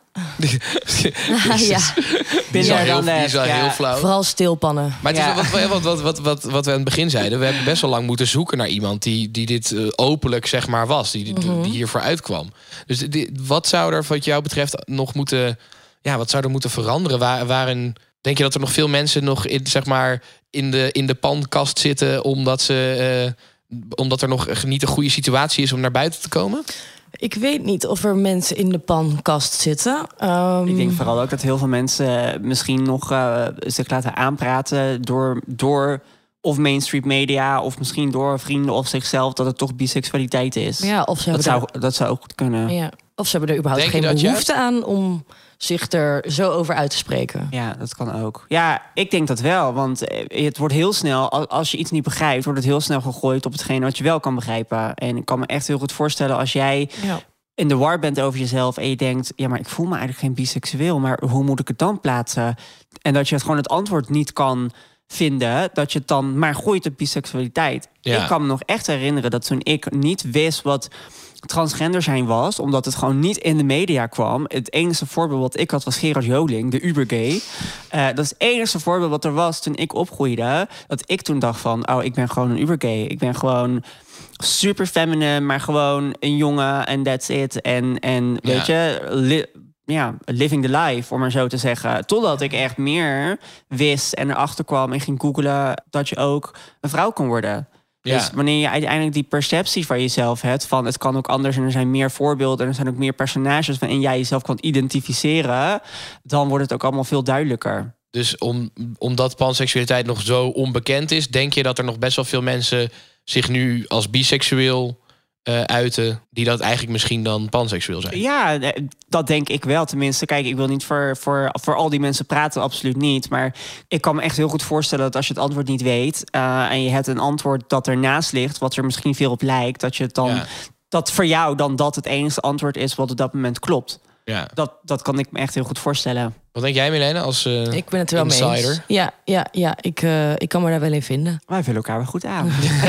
ja. Die is al heel, die is al ja. heel flauw. Vooral stilpannen. Maar het is ja. wat, wat, wat, wat, wat we aan het begin zeiden. We hebben best wel lang moeten zoeken naar iemand die, die dit uh, openlijk zeg maar was. Die, mm-hmm. die hiervoor uitkwam. Dus die, wat zou er wat jou betreft nog moeten... Ja, wat zou er moeten veranderen? Waar, waarin, denk je dat er nog veel mensen nog in, zeg maar, in, de, in de pankast zitten... omdat, ze, uh, omdat er nog niet een goede situatie is om naar buiten te komen? Ik weet niet of er mensen in de pankast zitten. Um... Ik denk vooral ook dat heel veel mensen misschien nog uh, zich laten aanpraten... door, door of mainstream media of misschien door vrienden of zichzelf... dat het toch biseksualiteit is. Ja, of ze dat, zou, er... dat zou ook goed kunnen. Ja. Of ze hebben er überhaupt denk geen behoefte aan om zich er zo over uit te spreken. Ja, dat kan ook. Ja, ik denk dat wel. Want het wordt heel snel, als je iets niet begrijpt... wordt het heel snel gegooid op hetgene wat je wel kan begrijpen. En ik kan me echt heel goed voorstellen als jij... Ja. in de war bent over jezelf en je denkt... ja, maar ik voel me eigenlijk geen biseksueel... maar hoe moet ik het dan plaatsen? En dat je het gewoon het antwoord niet kan vinden... dat je het dan maar gooit op biseksualiteit. Ja. Ik kan me nog echt herinneren dat toen ik niet wist... wat transgender zijn was, omdat het gewoon niet in de media kwam. Het enige voorbeeld wat ik had was Gerard Joling, de ubergay. Uh, dat is het enige voorbeeld wat er was toen ik opgroeide. Dat ik toen dacht van, oh, ik ben gewoon een ubergay. Ik ben gewoon super feminine, maar gewoon een jongen en that's it. En, en weet ja. je, li- ja, living the life, om maar zo te zeggen. Totdat ik echt meer wist en erachter kwam en ging googlen dat je ook een vrouw kon worden. Ja. Dus wanneer je uiteindelijk die perceptie van jezelf hebt... van het kan ook anders en er zijn meer voorbeelden... en er zijn ook meer personages waarin jij jezelf kan identificeren... dan wordt het ook allemaal veel duidelijker. Dus om, omdat panseksualiteit nog zo onbekend is... denk je dat er nog best wel veel mensen zich nu als biseksueel... Uh, uiten, die dat eigenlijk misschien dan panseksueel zijn? Ja, dat denk ik wel. Tenminste, kijk, ik wil niet voor, voor, voor al die mensen praten, absoluut niet. Maar ik kan me echt heel goed voorstellen dat als je het antwoord niet weet... Uh, en je hebt een antwoord dat ernaast ligt, wat er misschien veel op lijkt... dat je het dan ja. dat voor jou dan dat het enige antwoord is wat op dat moment klopt. Ja. Dat, dat kan ik me echt heel goed voorstellen. Wat denk jij, Milena, als uh, ik ben het er wel insider? Mee eens. Ja, ja, ja ik, uh, ik kan me daar wel in vinden. Wij vullen elkaar wel goed aan.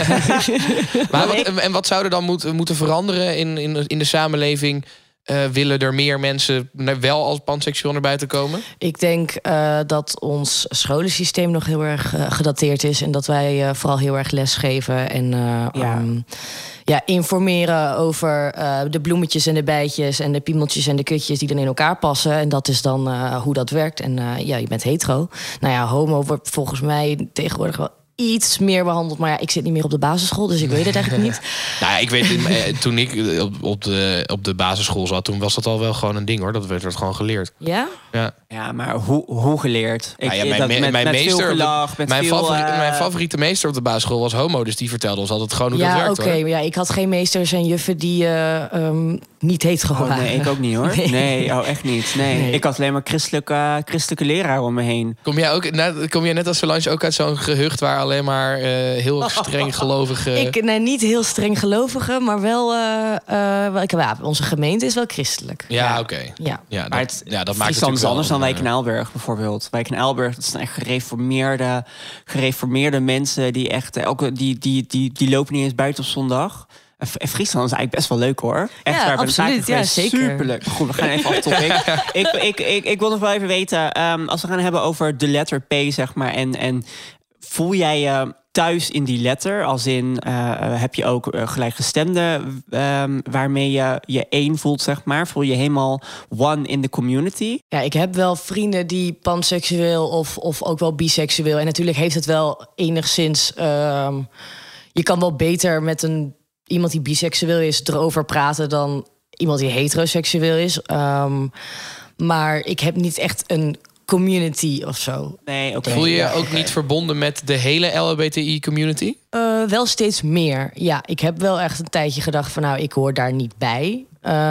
maar wat, en wat zou er dan moet, moeten veranderen in, in, in de samenleving? Uh, willen er meer mensen wel als panseksueel naar buiten komen? Ik denk uh, dat ons scholensysteem nog heel erg uh, gedateerd is... en dat wij uh, vooral heel erg lesgeven en uh, ja. Um, ja, informeren over uh, de bloemetjes en de bijtjes... en de piemeltjes en de kutjes die dan in elkaar passen. En dat is dan uh, hoe dat werkt. En uh, ja, je bent hetero. Nou ja, homo wordt volgens mij tegenwoordig wel... iets meer behandeld. Maar ja, ik zit niet meer op de basisschool, dus ik weet het eigenlijk niet. Nou ja, ik weet, toen ik op, op, de, op de basisschool zat, toen was dat al wel gewoon een ding, hoor. Dat werd, werd gewoon geleerd. Ja? Ja, ja maar hoe, hoe geleerd? Ik, nou ja, mijn, dat, met, mijn, met meester, gelach, met mijn, veel, favoriete, uh... mijn favoriete meester op de basisschool was homo, dus die vertelde ons altijd gewoon hoe ja, dat werkt. Ja, oké. Okay, ja, ik had geen meesters en juffen die uh, um, niet hetero waren. Oh, nee, ik ook niet, hoor. Nee, nee oh, echt niet. Nee. nee. Ik had alleen maar christelijke, uh, christelijke leraar om me heen. Kom jij ook, nou, kom jij net als Solange ook uit zo'n gehucht waar alleen maar uh, heel streng gelovige... Ik, nee, niet heel streng gelovige, maar wel... Uh, uh, wel ik, ja, onze gemeente is wel christelijk. Ja, ja. oké. Okay. Ja. Ja, dat, maar het, ja, dat maakt het anders wel, dan Wijk en Aalburg bijvoorbeeld. Wijk en Aalburg, dat zijn echt gereformeerde, gereformeerde mensen... die echt elke die, die, die, die lopen niet eens buiten op zondag... En Friesland is eigenlijk best wel leuk, hoor. Echt ja, waar, absoluut. Ja, zeker. Superleuk. Goed, we gaan even af topic. ik, ik, ik, ik wil nog wel even weten, um, als we gaan hebben over de letter P, zeg maar... en, en voel jij je thuis in die letter? Als in, uh, heb je ook uh, gelijkgestemden um, waarmee je je één voelt, zeg maar? Voel je helemaal one in the community? Ja, ik heb wel vrienden die panseksueel of, of ook wel biseksueel... en natuurlijk heeft het wel enigszins... Um, je kan wel beter met een... iemand die biseksueel is erover praten dan iemand die heteroseksueel is. Um, maar ik heb niet echt een community of zo. Nee, okay. Voel je je ook niet verbonden met de hele L H B T I-community? Uh, wel steeds meer, ja. Ik heb wel echt een tijdje gedacht van... nou, ik hoor daar niet bij.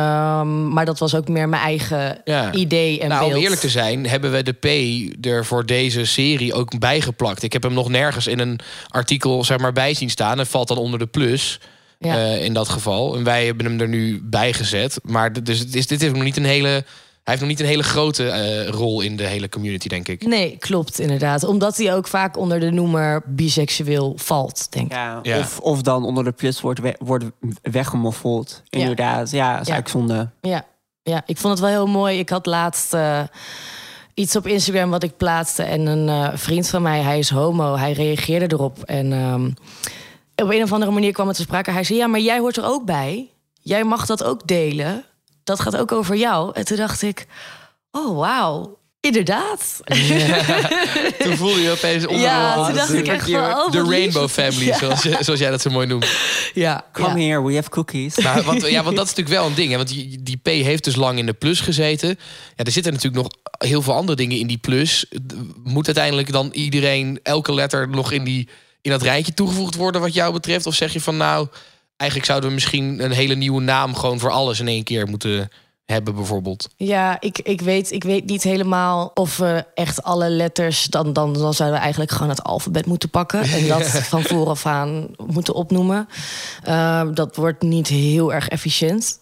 Um, maar dat was ook meer mijn eigen ja. idee en nou, beeld. Om eerlijk te zijn, hebben we de P er voor deze serie ook bijgeplakt. Ik heb hem nog nergens in een artikel, zeg maar, bij zien staan. En valt dan onder de plus... Ja. Uh, in dat geval. En wij hebben hem er nu bij gezet. Maar dus het is, dit is nog niet een hele Hij heeft nog niet een hele grote uh, rol in de hele community, denk ik. Nee, klopt, inderdaad. Omdat hij ook vaak onder de noemer biseksueel valt, denk ik. Ja, ja. Of, of dan onder de plus wordt, we, wordt weggemoffeld. Inderdaad, ja, dat is ja. eigenlijk zonde. Ja. ja, ik vond het wel heel mooi. Ik had laatst uh, iets op Instagram wat ik plaatste. En een uh, vriend van mij, hij is homo, hij reageerde erop. En um, op een of andere manier kwam het te sprake. Hij zei, ja, maar jij hoort er ook bij. Jij mag dat ook delen. Dat gaat ook over jou. En toen dacht ik, oh, wauw. Inderdaad. Ja. Toen voelde je opeens onder ja, de, toen dacht ik echt van, oh, de wat Rainbow lief. Family, Ja. zoals, zoals jij dat zo mooi noemt. Ja, Come ja. here, we have cookies. Maar, want, ja, want dat is natuurlijk wel een ding. Hè? Want die, die P heeft dus lang in de plus gezeten. Ja, er zitten natuurlijk nog heel veel andere dingen in die plus. Moet uiteindelijk dan iedereen, elke letter nog in, die, in dat rijtje toegevoegd worden wat jou betreft? Of zeg je van nou, eigenlijk zouden we misschien een hele nieuwe naam gewoon voor alles in één keer moeten hebben bijvoorbeeld? Ja, ik, ik, weet, ik weet niet helemaal of we echt alle letters... Dan, dan, dan zouden we eigenlijk gewoon het alfabet moeten pakken... en dat van vooraf aan moeten opnoemen. Uh, dat wordt niet heel erg efficiënt.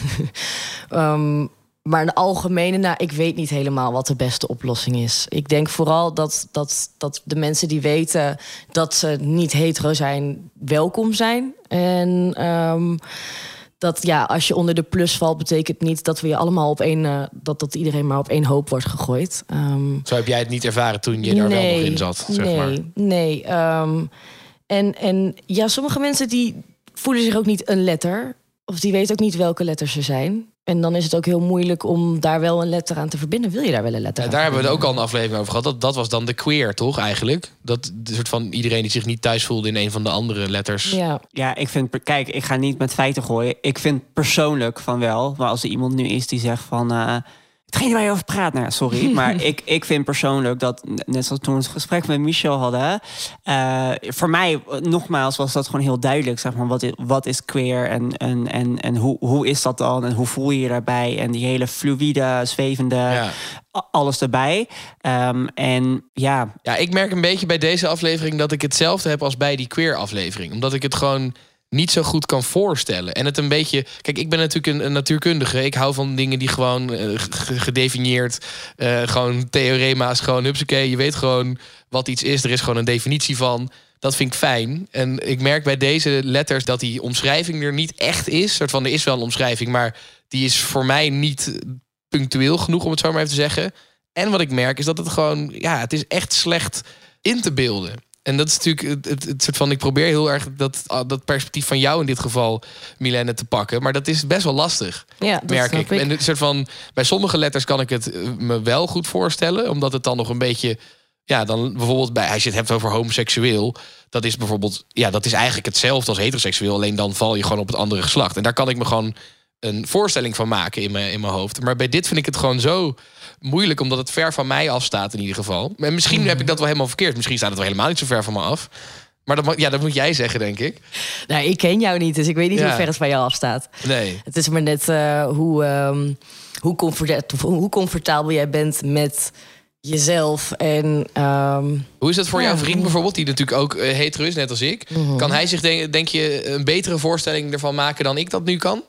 um, maar in de algemene, nou, ik weet niet helemaal wat de beste oplossing is. Ik denk vooral dat, dat, dat de mensen die weten dat ze niet hetero zijn... welkom zijn. En... Um, dat ja, als je onder de plus valt, betekent niet dat we je allemaal op één, uh, dat, dat iedereen maar op één hoop wordt gegooid. Um, Zo heb jij het niet ervaren toen je daar nee, wel nog in zat, zeg nee, maar. Nee, um, en, en ja, sommige mensen die voelen zich ook niet een letter. Of die weten ook niet welke letters ze zijn. En dan is het ook heel moeilijk om daar wel een letter aan te verbinden. Wil je daar wel een letter Ja, aan daar hebben we het verbinden? ook al een aflevering over gehad. Dat, dat was dan de queer, toch, eigenlijk? Dat de soort van iedereen die zich niet thuis voelde in een van de andere letters. Ja. Ja, ik vind, kijk, ik ga niet met feiten gooien. Ik vind persoonlijk van wel, maar als er iemand nu is die zegt van... Uh, hetgene waar je over praat, nou ja, sorry. Maar ik, ik vind persoonlijk dat, net zoals toen we het gesprek met Michel hadden... Uh, voor mij, nogmaals, was dat gewoon heel duidelijk. Zeg maar, wat is, wat is queer en, en, en, en hoe, hoe is dat dan? En hoe voel je je daarbij? En die hele fluïde, zwevende... Ja. Alles erbij. Um, en ja... Ja, ik merk een beetje bij deze aflevering dat ik hetzelfde heb als bij die queer aflevering. Omdat ik het gewoon niet zo goed kan voorstellen. En het een beetje... Kijk, ik ben natuurlijk een, een natuurkundige. Ik hou van dingen die gewoon uh, gedefinieerd... Uh, gewoon theorema's, gewoon hupsakee. Je weet gewoon wat iets is. Er is gewoon een definitie van. Dat vind ik fijn. En ik merk bij deze letters dat die omschrijving er niet echt is. Soort van, er is wel een omschrijving, maar die is voor mij niet punctueel genoeg, om het zo maar even te zeggen. En wat ik merk is dat het gewoon... Ja, het is echt slecht in te beelden. En dat is natuurlijk het, het, het soort van... Ik probeer heel erg dat, dat perspectief van jou in dit geval, Milène, te pakken. Maar dat is best wel lastig, Ja, dat merk snap ik. ik. En het soort van, bij sommige letters kan ik het me wel goed voorstellen. Omdat het dan nog een beetje... Ja, dan bijvoorbeeld bij, als je het hebt over homoseksueel... dat is bijvoorbeeld... Ja, dat is eigenlijk hetzelfde als heteroseksueel. Alleen dan val je gewoon op het andere geslacht. En daar kan ik me gewoon een voorstelling van maken in mijn, in mijn hoofd. Maar bij dit vind ik het gewoon zo moeilijk... omdat het ver van mij afstaat in ieder geval. En misschien mm. heb ik dat wel helemaal verkeerd. Misschien staat het wel helemaal niet zo ver van me af. Maar dat, ja, dat moet jij zeggen, denk ik. Nou, ik ken jou niet, dus ik weet niet Ja. hoe ver het van jou afstaat. Nee. Het is maar net uh, hoe, um, hoe, comfort- hoe comfortabel jij bent met jezelf. En, um, Hoe is dat voor ja, jouw vriend bijvoorbeeld, die natuurlijk ook uh, hetero is, net als ik? Mm-hmm. Kan hij zich, denk, denk je, een betere voorstelling ervan maken dan ik dat nu kan?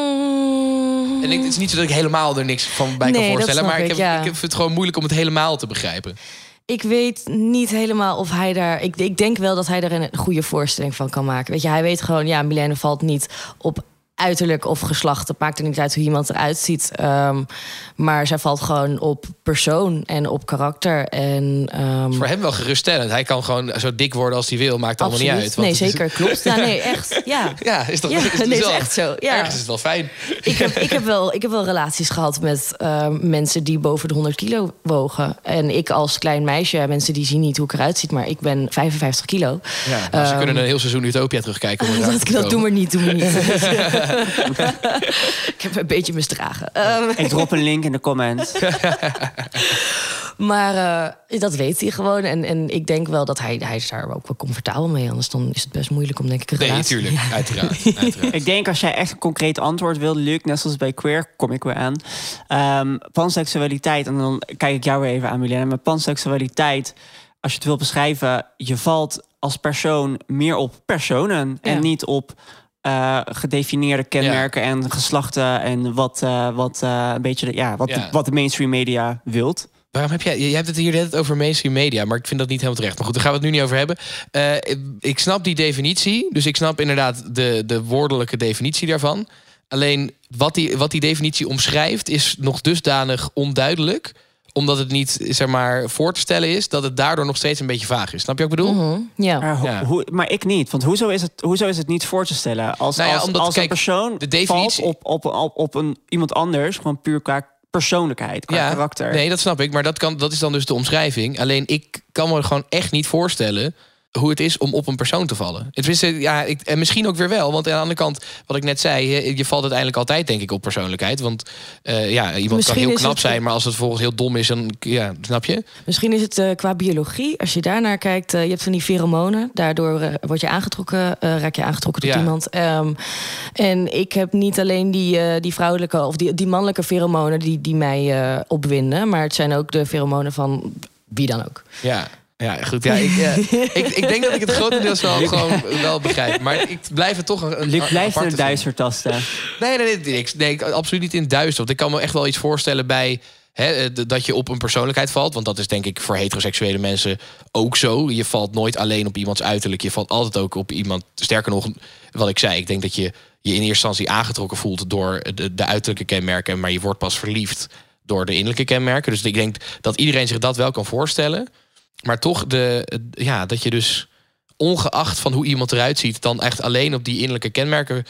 Mm. En ik, het is niet zo dat ik helemaal er niks van bij kan Nee, voorstellen... dat maar snap ik, ik, heb, ja. ik vind het gewoon moeilijk om het helemaal te begrijpen. Ik weet niet helemaal of hij daar... Ik, ik denk wel dat hij er een goede voorstelling van kan maken. Weet je, hij weet gewoon, ja, Milène valt niet op uiterlijk of geslacht. Het maakt er niet uit hoe iemand eruit ziet. Um, maar zij valt gewoon op persoon en op karakter. En, um, Voor hem wel geruststellend. Hij kan gewoon zo dik worden als hij wil. Maakt allemaal absoluut. niet uit. Want Nee, het is- zeker. Klopt. Ja, nee, echt. Ja. Ja, is toch Ja, is het nee, is wel- echt zo, ja. Ergens is het wel fijn. Ik heb, ik, heb wel, ik heb wel relaties gehad met uh, mensen die boven de honderd kilo wogen. En ik als klein meisje, mensen die zien niet hoe ik eruit ziet... maar ik ben vijfenvijftig kilo. Ja, nou, ze Um, kunnen een heel seizoen Utopia terugkijken. Om erachter Dat, te dat komen. doe maar niet, doe maar niet. Ik heb me een beetje misdragen. Um, Ik drop een link in de comments. maar uh, dat weet hij gewoon. En, en ik denk wel dat hij, hij is daar ook wel comfortabel mee. Anders dan is het best moeilijk om, denk ik, een Nee, relatie... natuurlijk. Ja. Uiteraard. uiteraard. Ik denk als jij echt een concreet antwoord wil, Luc, net zoals bij queer, kom ik weer aan. Um, panseksualiteit, en dan kijk ik jou weer even aan, Milène. Maar panseksualiteit, als je het wil beschrijven, je valt als persoon meer op personen Ja. en niet op uh, gedefinieerde kenmerken... Ja. en geslachten en wat, uh, wat, uh, een beetje, ja, wat, ja. De, wat de mainstream media wilt. Waarom heb jij... Je hebt het hier net over mainstream media, maar ik vind dat niet helemaal terecht. Maar goed, daar gaan we het nu niet over hebben. Uh, ik snap die definitie, dus ik snap inderdaad de, de woordelijke definitie daarvan. Alleen, wat die, wat die definitie omschrijft is nog dusdanig onduidelijk... omdat het niet, zeg maar, voor te stellen is... dat het daardoor nog steeds een beetje vaag is. Snap je wat ik bedoel? Mm-hmm. Ja. Maar, ho- ja. Hoe, maar ik niet. Want hoezo is het, hoezo is het niet voor te stellen? Als, nou ja, als, omdat, als kijk, een persoon de definitie... valt op, op, op, op een, iemand anders... gewoon puur qua persoonlijkheid, qua ja, karakter. Nee, dat snap ik. Maar dat, kan, dat is dan dus de omschrijving. Alleen, ik kan me gewoon echt niet voorstellen... hoe het is om op een persoon te vallen. Het is, ja, ik, en misschien ook weer wel. Want aan de andere kant, wat ik net zei... je, je valt uiteindelijk altijd, denk ik, op persoonlijkheid. Want uh, ja, iemand misschien kan heel knap het... zijn... maar als het volgens heel dom is, dan... ja, snap je? Misschien is het uh, qua biologie. Als je daarnaar kijkt, uh, je hebt van die pheromonen. Daardoor uh, word je aangetrokken, uh, raak je aangetrokken tot ja. iemand. Um, en ik heb niet alleen die, uh, die vrouwelijke... of die, die mannelijke pheromonen die, die mij uh, opwinden... maar het zijn ook de pheromonen van wie dan ook. Ja. Ja, goed. Ja, ik, ja, ik, ik denk dat ik het grotendeels wel, gewoon wel begrijp. Maar ik blijf het toch een, een Luc blijft in het duister tasten. Nee, nee, nee, nee, nee, absoluut niet in het duister. Want ik kan me echt wel iets voorstellen bij... Hè, dat je op een persoonlijkheid valt. Want dat is denk ik voor heteroseksuele mensen ook zo. Je valt nooit alleen op iemands uiterlijk. Je valt altijd ook op iemand... Sterker nog, wat ik zei. Ik denk dat je je in eerste instantie aangetrokken voelt... door de, de uiterlijke kenmerken. Maar je wordt pas verliefd door de innerlijke kenmerken. Dus ik denk dat iedereen zich dat wel kan voorstellen... Maar toch, de, ja, dat je dus ongeacht van hoe iemand eruit ziet... dan echt alleen op die innerlijke kenmerken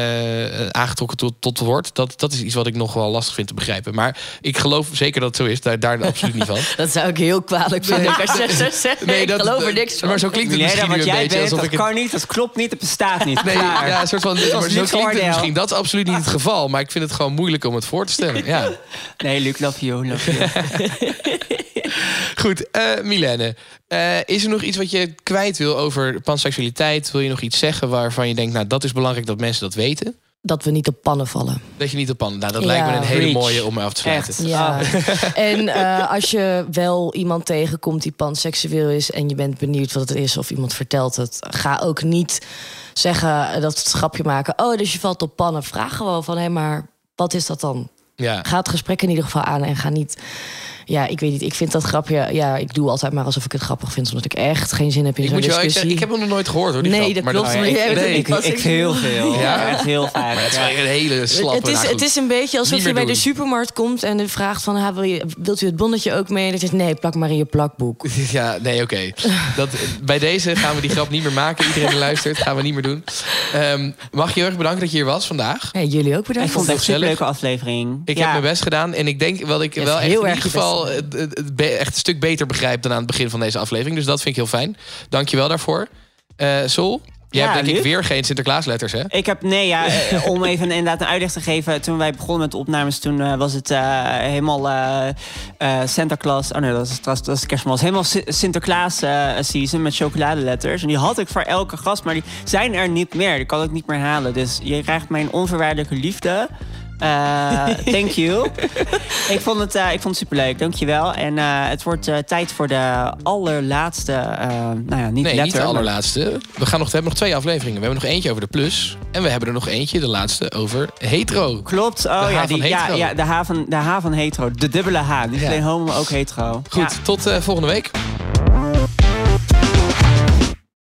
uh, aangetrokken tot, tot wordt... Dat, dat is iets wat ik nog wel lastig vind te begrijpen. Maar ik geloof zeker dat het zo is. Daar, daar absoluut niet van. Dat zou ik heel kwalijk vinden. Nee, als je zo zegt, nee, dat, ik geloof er niks van. Maar zo klinkt het misschien nee, nu een jij beetje. Bent, alsof dat ik kan het... niet, dat klopt niet, het bestaat niet. Nee, ja, een soort van, maar zo klinkt het misschien. Dat is oordeel. absoluut niet het geval. Maar ik vind het gewoon moeilijk om het voor te stellen. Ja. Nee, Luc, love you, love you. Goed, uh, Milène. Uh, is er nog iets wat je kwijt wil over panseksualiteit? Wil je nog iets zeggen waarvan je denkt... nou, dat is belangrijk dat mensen dat weten? Dat we niet op pannen vallen. Dat je niet op pannen... Nou, dat ja. lijkt me een hele Reach. mooie om af te sluiten. Echt, ja. En uh, als je wel iemand tegenkomt die panseksueel is... en je bent benieuwd wat het is of iemand vertelt het... ga ook niet zeggen, dat het grapje maken... oh, dus je valt op pannen. Vraag gewoon van, hé, hey, maar wat is dat dan? Ja. Ga het gesprek in ieder geval aan en ga niet... Ja, ik weet niet. Ik vind dat grapje... Ja, ik doe altijd maar alsof ik het grappig vind... omdat ik echt geen zin heb in ik zo'n moet discussie. Zeggen, ik heb hem nog nooit gehoord, hoor. Die nee, grap. dat maar klopt. Dat, Maar nee, nee, nee, Ik, ik, ik heel veel. Ja? Ja, echt heel vaak. Maar het is Ja. wel een hele slappe... Het is, nou, het is een beetje alsof je bij doen. de supermarkt komt... en vraagt van, ha, wil je, wilt u het bonnetje ook mee? En dan zegt, nee, plak maar in je plakboek. Ja, nee, oké. Okay. Bij deze gaan we die grap niet meer maken. Iedereen die luistert, gaan we niet meer doen. Um, mag je heel erg bedanken dat je hier was vandaag. Ja, jullie ook bedankt. Ik vond het echt een leuke aflevering. Ik ja. heb mijn best gedaan. En ik denk wel ik Je wel echt heel in erg ieder geval het, het, het be- echt een stuk beter begrijp dan aan het begin van deze aflevering. Dus dat vind ik heel fijn. Dank je wel daarvoor. Uh, Sol, jij Ja, hebt denk Luc? ik weer geen Sinterklaasletters, hè? Ik heb, nee, ja, eh, om even inderdaad een uitleg te geven. Toen wij begonnen met de opnames, toen uh, was het uh, helemaal uh, uh, Santa Claus. Oh nee, dat is, dat is de kerstmis. Helemaal Si- Sinterklaas uh, season met chocoladeletters. En die had ik voor elke gast, maar die zijn er niet meer. Die kan ik niet meer halen. Dus je krijgt mijn onvoorwaardelijke liefde. Uh, thank you. ik, vond het, uh, ik vond het superleuk, dankjewel. En uh, het wordt uh, tijd voor de allerlaatste... Uh, nou ja, niet Nee, letter, niet de maar- allerlaatste. We, gaan nog, we hebben nog twee afleveringen. We hebben nog eentje over de plus. En we hebben er nog eentje, de laatste, over hetero. Klopt, oh De H ja, van die, ja, hetero. ja, de H van, de H van hetero. De dubbele H, niet Ja. alleen homo, maar ook hetero. Goed, Ja. tot uh, volgende week.